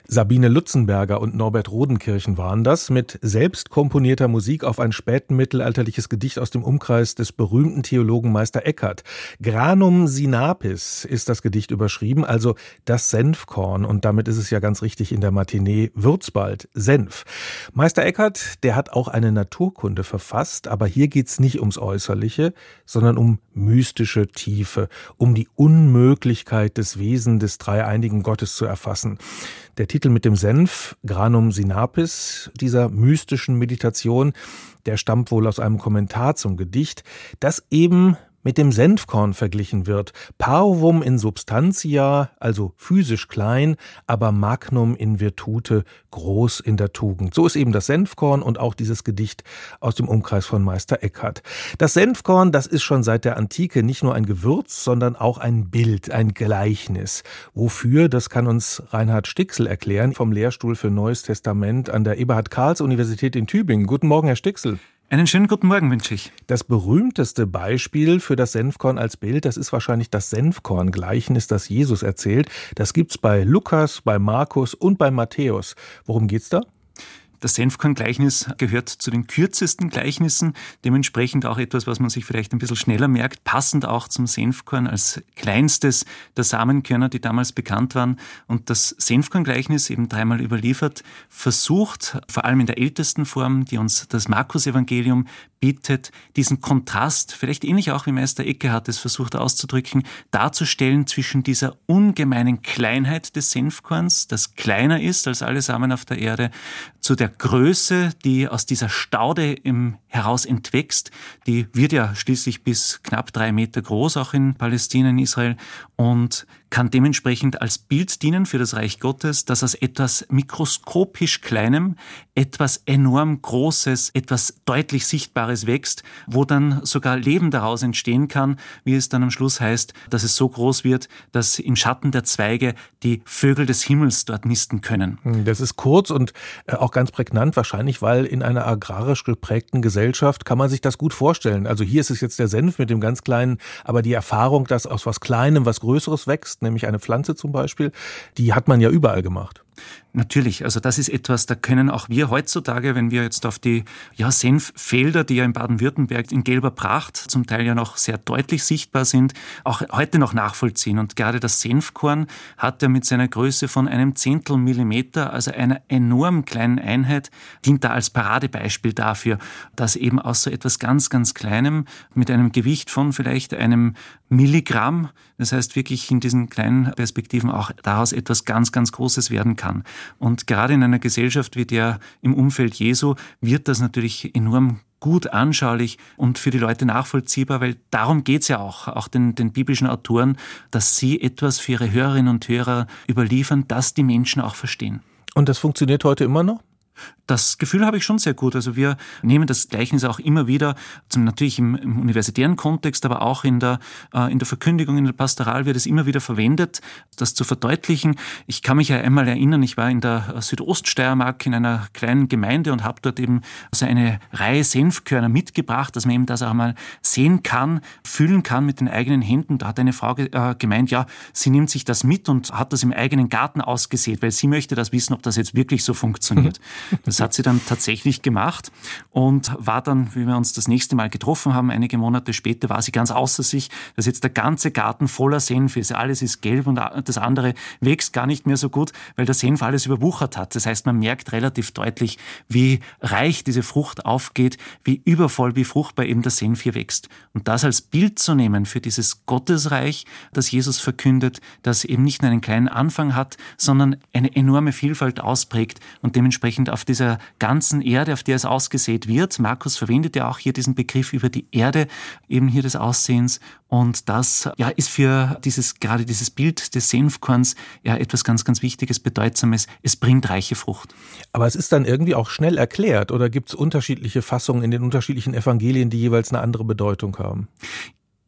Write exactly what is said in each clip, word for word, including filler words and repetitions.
Sabine Lutzenberger und Norbert Rodenkirchen waren das, mit selbst komponierter Musik auf ein spätmittelalterliches Gedicht aus dem Umkreis des berühmten Theologen Meister Eckhart. Granum sinapis ist das Gedicht überschrieben, also das Senfkorn. Und damit ist es ja ganz richtig in der Matinee, wird's bald, Senf. Meister Eckhart, der hat auch eine Naturkunde verfasst, aber hier geht's nicht ums Äußerliche, sondern um mystische Tiefe, um die Unmöglichkeit des Wesens des dreieinigen Gottes zu erfassen. Der Titel mit dem Senf, Granum sinapis, dieser mystischen Meditation, der stammt wohl aus einem Kommentar zum Gedicht, das eben mit dem Senfkorn verglichen wird. Parvum in substantia, also physisch klein, aber magnum in virtute, groß in der Tugend. So ist eben das Senfkorn und auch dieses Gedicht aus dem Umkreis von Meister Eckhart. Das Senfkorn, das ist schon seit der Antike nicht nur ein Gewürz, sondern auch ein Bild, ein Gleichnis. Wofür, das kann uns Reinhard Stixl erklären, vom Lehrstuhl für Neues Testament an der Eberhard-Karls-Universität in Tübingen. Guten Morgen, Herr Stixl. Einen schönen guten Morgen wünsche ich. Das berühmteste Beispiel für das Senfkorn als Bild, das ist wahrscheinlich das Senfkorn-Gleichnis, das Jesus erzählt. Das gibt's bei Lukas, bei Markus und bei Matthäus. Worum geht's da? Das Senfkorn-Gleichnis gehört zu den kürzesten Gleichnissen, dementsprechend auch etwas, was man sich vielleicht ein bisschen schneller merkt, passend auch zum Senfkorn als kleinstes der Samenkörner, die damals bekannt waren. Und das Senfkorn-Gleichnis, eben dreimal überliefert, versucht, vor allem in der ältesten Form, die uns das Markus-Evangelium bietet, diesen Kontrast, vielleicht ähnlich auch wie Meister Eckhart es versucht auszudrücken, darzustellen zwischen dieser ungemeinen Kleinheit des Senfkorns, das kleiner ist als alle Samen auf der Erde, zu der Größe, die aus dieser Staude im heraus entwächst. Die wird ja schließlich bis knapp drei Meter groß, auch in Palästina, in Israel, und kann dementsprechend als Bild dienen für das Reich Gottes, dass aus etwas mikroskopisch Kleinem etwas enorm Großes, etwas deutlich Sichtbares wächst, wo dann sogar Leben daraus entstehen kann, wie es dann am Schluss heißt, dass es so groß wird, dass im Schatten der Zweige die Vögel des Himmels dort nisten können. Das ist kurz und auch ganz prägnant, wahrscheinlich, weil in einer agrarisch geprägten Gesellschaft kann man sich das gut vorstellen. Also hier ist es jetzt der Senf mit dem ganz Kleinen, aber die Erfahrung, dass aus was Kleinem was Größeres wächst, nämlich eine Pflanze zum Beispiel, die hat man ja überall gemacht. Natürlich, also das ist etwas, da können auch wir heutzutage, wenn wir jetzt auf die ja, Senffelder, die ja in Baden-Württemberg in gelber Pracht zum Teil ja noch sehr deutlich sichtbar sind, auch heute noch nachvollziehen. Und gerade das Senfkorn hat ja mit seiner Größe von einem Zehntel Millimeter, also einer enorm kleinen Einheit, dient da als Paradebeispiel dafür, dass eben aus so etwas ganz, ganz Kleinem mit einem Gewicht von vielleicht einem Milligramm, das heißt wirklich in diesen kleinen Perspektiven auch daraus etwas ganz, ganz Großes werden kann. Und gerade in einer Gesellschaft wie der im Umfeld Jesu wird das natürlich enorm gut anschaulich und für die Leute nachvollziehbar, weil darum geht's ja auch, auch den, den biblischen Autoren, dass sie etwas für ihre Hörerinnen und Hörer überliefern, das die Menschen auch verstehen. Und das funktioniert heute immer noch? Das Gefühl habe ich schon sehr gut. Also wir nehmen das Gleichnis auch immer wieder, natürlich im, im universitären Kontext, aber auch in der, äh, in der Verkündigung, in der Pastoral wird es immer wieder verwendet, das zu verdeutlichen. Ich kann mich ja einmal erinnern, ich war in der Südoststeiermark in einer kleinen Gemeinde und habe dort eben so eine Reihe Senfkörner mitgebracht, dass man eben das auch mal sehen kann, fühlen kann mit den eigenen Händen. Da hat eine Frau äh, gemeint, ja, sie nimmt sich das mit und hat das im eigenen Garten ausgesät, weil sie möchte das wissen, ob das jetzt wirklich so funktioniert. Das hat sie dann tatsächlich gemacht und war dann, wie wir uns das nächste Mal getroffen haben, einige Monate später, war sie ganz außer sich, dass jetzt der ganze Garten voller Senf ist. Alles ist gelb und das andere wächst gar nicht mehr so gut, weil der Senf alles überwuchert hat. Das heißt, man merkt relativ deutlich, wie reich diese Frucht aufgeht, wie übervoll, wie fruchtbar eben der Senf hier wächst. Und das als Bild zu nehmen für dieses Gottesreich, das Jesus verkündet, das eben nicht nur einen kleinen Anfang hat, sondern eine enorme Vielfalt ausprägt und dementsprechend auf dieser ganzen Erde, auf der es ausgesät wird. Markus verwendet ja auch hier diesen Begriff über die Erde, eben hier des Aussehens. Und das ja, ist für dieses, gerade dieses Bild des Senfkorns ja etwas ganz, ganz Wichtiges, Bedeutsames. Es bringt reiche Frucht. Aber es ist dann irgendwie auch schnell erklärt, oder gibt es unterschiedliche Fassungen in den unterschiedlichen Evangelien, die jeweils eine andere Bedeutung haben?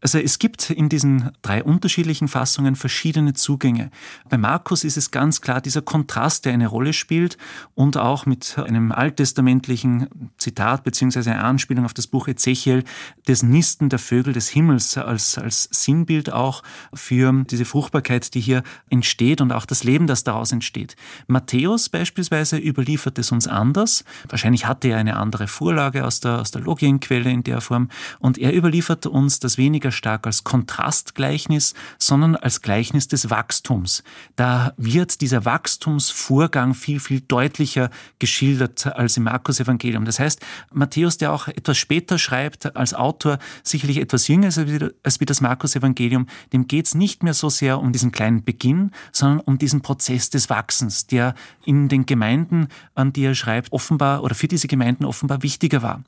Also es gibt in diesen drei unterschiedlichen Fassungen verschiedene Zugänge. Bei Markus ist es ganz klar dieser Kontrast, der eine Rolle spielt und auch mit einem alttestamentlichen Zitat bzw. einer Anspielung auf das Buch Ezechiel, das Nisten der Vögel des Himmels als, als Sinnbild auch für diese Fruchtbarkeit, die hier entsteht und auch das Leben, das daraus entsteht. Matthäus beispielsweise überliefert es uns anders. Wahrscheinlich hatte er eine andere Vorlage aus der, aus der Logienquelle in der Form und er überliefert uns das weniger stark als Kontrastgleichnis, sondern als Gleichnis des Wachstums. Da wird dieser Wachstumsvorgang viel, viel deutlicher geschildert als im Markus-Evangelium. Das heißt, Matthäus, der auch etwas später schreibt, als Autor sicherlich etwas jünger als wie das Markus-Evangelium, dem geht es nicht mehr so sehr um diesen kleinen Beginn, sondern um diesen Prozess des Wachsens, der in den Gemeinden, an die er schreibt, offenbar oder für diese Gemeinden offenbar wichtiger war.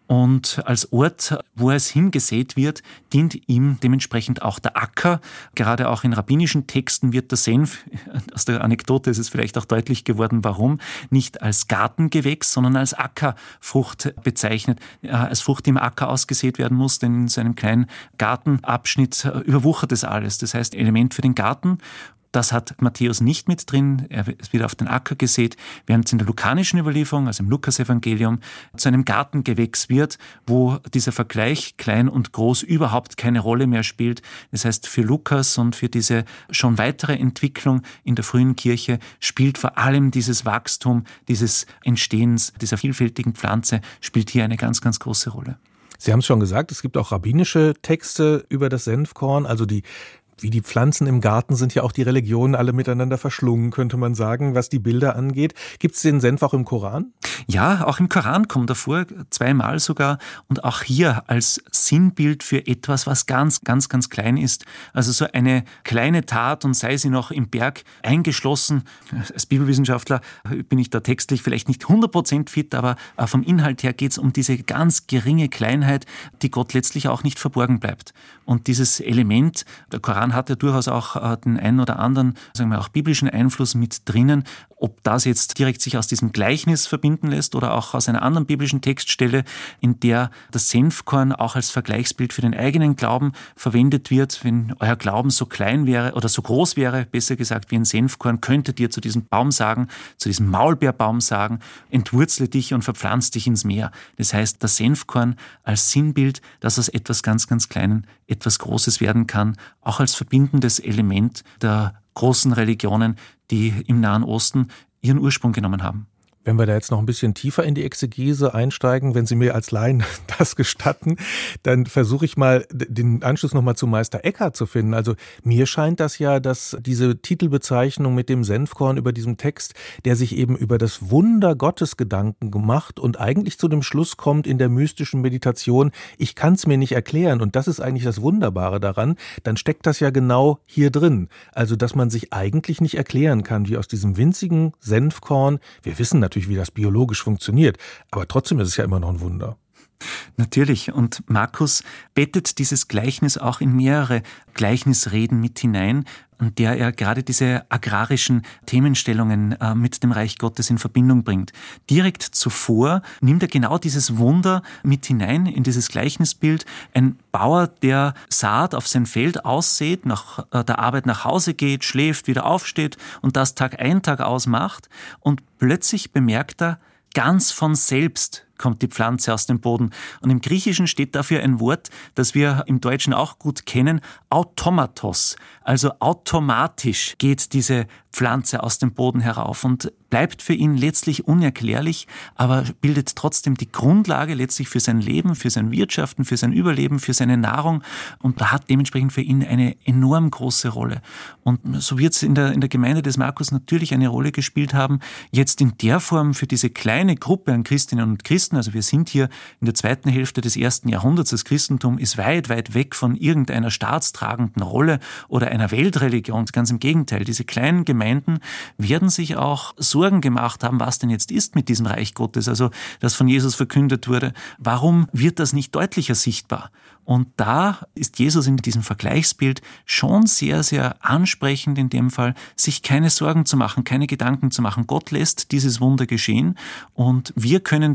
Und als Ort, wo es hingesät wird, dient ihm dementsprechend auch der Acker. Gerade auch in rabbinischen Texten wird der Senf, aus der Anekdote ist es vielleicht auch deutlich geworden, warum, nicht als Gartengewächs, sondern als Ackerfrucht bezeichnet, als Frucht, die im Acker ausgesät werden muss, denn in so einem kleinen Gartenabschnitt überwuchert es alles. Das heißt, Element für den Garten. Das hat Matthäus nicht mit drin, er ist wieder auf den Acker gesät, während es in der lukanischen Überlieferung, also im Lukas-Evangelium, zu einem Gartengewächs wird, wo dieser Vergleich klein und groß überhaupt keine Rolle mehr spielt. Das heißt, für Lukas und für diese schon weitere Entwicklung in der frühen Kirche spielt vor allem dieses Wachstum, dieses Entstehens dieser vielfältigen Pflanze, spielt hier eine ganz, ganz große Rolle. Sie haben es schon gesagt, es gibt auch rabbinische Texte über das Senfkorn, also die Wie die Pflanzen im Garten sind ja auch die Religionen alle miteinander verschlungen, könnte man sagen, was die Bilder angeht. Gibt es den Senf auch im Koran? Ja, auch im Koran kommt er vor, zweimal sogar. Und auch hier als Sinnbild für etwas, was ganz, ganz, ganz klein ist. Also so eine kleine Tat und sei sie noch im Berg eingeschlossen. Als Bibelwissenschaftler bin ich da textlich vielleicht nicht hundert Prozent fit, aber vom Inhalt her geht es um diese ganz geringe Kleinheit, die Gott letztlich auch nicht verborgen bleibt. Und dieses Element, der Koran hat ja durchaus auch den einen oder anderen, sagen wir auch biblischen Einfluss mit drinnen. Ob das jetzt direkt sich aus diesem Gleichnis verbinden lässt oder auch aus einer anderen biblischen Textstelle, in der das Senfkorn auch als Vergleichsbild für den eigenen Glauben verwendet wird. Wenn euer Glauben so klein wäre oder so groß wäre, besser gesagt wie ein Senfkorn, könntet ihr zu diesem Baum sagen, zu diesem Maulbeerbaum sagen, entwurzle dich und verpflanz dich ins Meer. Das heißt, das Senfkorn als Sinnbild, dass aus etwas ganz, ganz Kleinen etwas Großes werden kann, auch als verbindendes Element der großen Religionen, die im Nahen Osten ihren Ursprung genommen haben. Wenn wir da jetzt noch ein bisschen tiefer in die Exegese einsteigen, wenn Sie mir als Laien das gestatten, dann versuche ich mal den Anschluss nochmal zu Meister Eckhart zu finden. Also mir scheint das ja, dass diese Titelbezeichnung mit dem Senfkorn über diesem Text, der sich eben über das Wunder Gottes Gedanken gemacht und eigentlich zu dem Schluss kommt in der mystischen Meditation, ich kann es mir nicht erklären und das ist eigentlich das Wunderbare daran, dann steckt das ja genau hier drin. Also dass man sich eigentlich nicht erklären kann, wie aus diesem winzigen Senfkorn, wir wissen natürlich, wie das biologisch funktioniert, aber trotzdem ist es ja immer noch ein Wunder. Natürlich. Und Markus bettet dieses Gleichnis auch in mehrere Gleichnisreden mit hinein, an der er gerade diese agrarischen Themenstellungen äh, mit dem Reich Gottes in Verbindung bringt. Direkt zuvor nimmt er genau dieses Wunder mit hinein in dieses Gleichnisbild. Ein Bauer, der Saat auf sein Feld aussät, nach äh, der Arbeit nach Hause geht, schläft, wieder aufsteht und das Tag ein, Tag aus macht und plötzlich bemerkt er, ganz von selbst kommt die Pflanze aus dem Boden. Und im Griechischen steht dafür ein Wort, das wir im Deutschen auch gut kennen, automatos. Also automatisch geht diese Pflanze aus dem Boden herauf und bleibt für ihn letztlich unerklärlich, aber bildet trotzdem die Grundlage letztlich für sein Leben, für sein Wirtschaften, für sein Überleben, für seine Nahrung und da hat dementsprechend für ihn eine enorm große Rolle. Und so wird es in der, in der Gemeinde des Markus natürlich eine Rolle gespielt haben, jetzt in der Form für diese kleine Gruppe an Christinnen und Christen. Also wir sind hier in der zweiten Hälfte des ersten Jahrhunderts. Das Christentum ist weit, weit weg von irgendeiner staatstragenden Rolle oder einer Weltreligion. Ganz im Gegenteil, diese kleinen Gemeinden werden sich auch Sorgen gemacht haben, was denn jetzt ist mit diesem Reich Gottes, also das von Jesus verkündet wurde. Warum wird das nicht deutlicher sichtbar? Und da ist Jesus in diesem Vergleichsbild schon sehr, sehr ansprechend in dem Fall, sich keine Sorgen zu machen, keine Gedanken zu machen. Gott lässt dieses Wunder geschehen und wir können da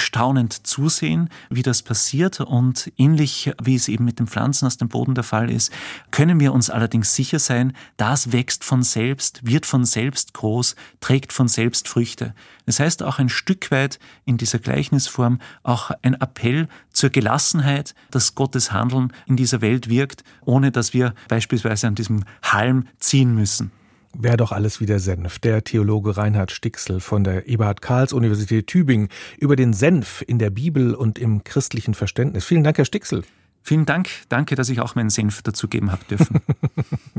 staunend zusehen, wie das passiert. Und ähnlich wie es eben mit den Pflanzen aus dem Boden der Fall ist, können wir uns allerdings sicher sein, das wächst von selbst, wird von selbst groß, trägt von selbst Früchte. Das heißt auch ein Stück weit in dieser Gleichnisform auch ein Appell zur Gelassenheit, dass Gottes Handeln in dieser Welt wirkt, ohne dass wir beispielsweise an diesem Halm ziehen müssen. Wäre doch alles wieder Senf. Der Theologe Reinhard Stixl von der Eberhard-Karls-Universität Tübingen über den Senf in der Bibel und im christlichen Verständnis. Vielen Dank, Herr Stixl. Vielen Dank. Danke, dass ich auch meinen Senf dazugeben habe dürfen.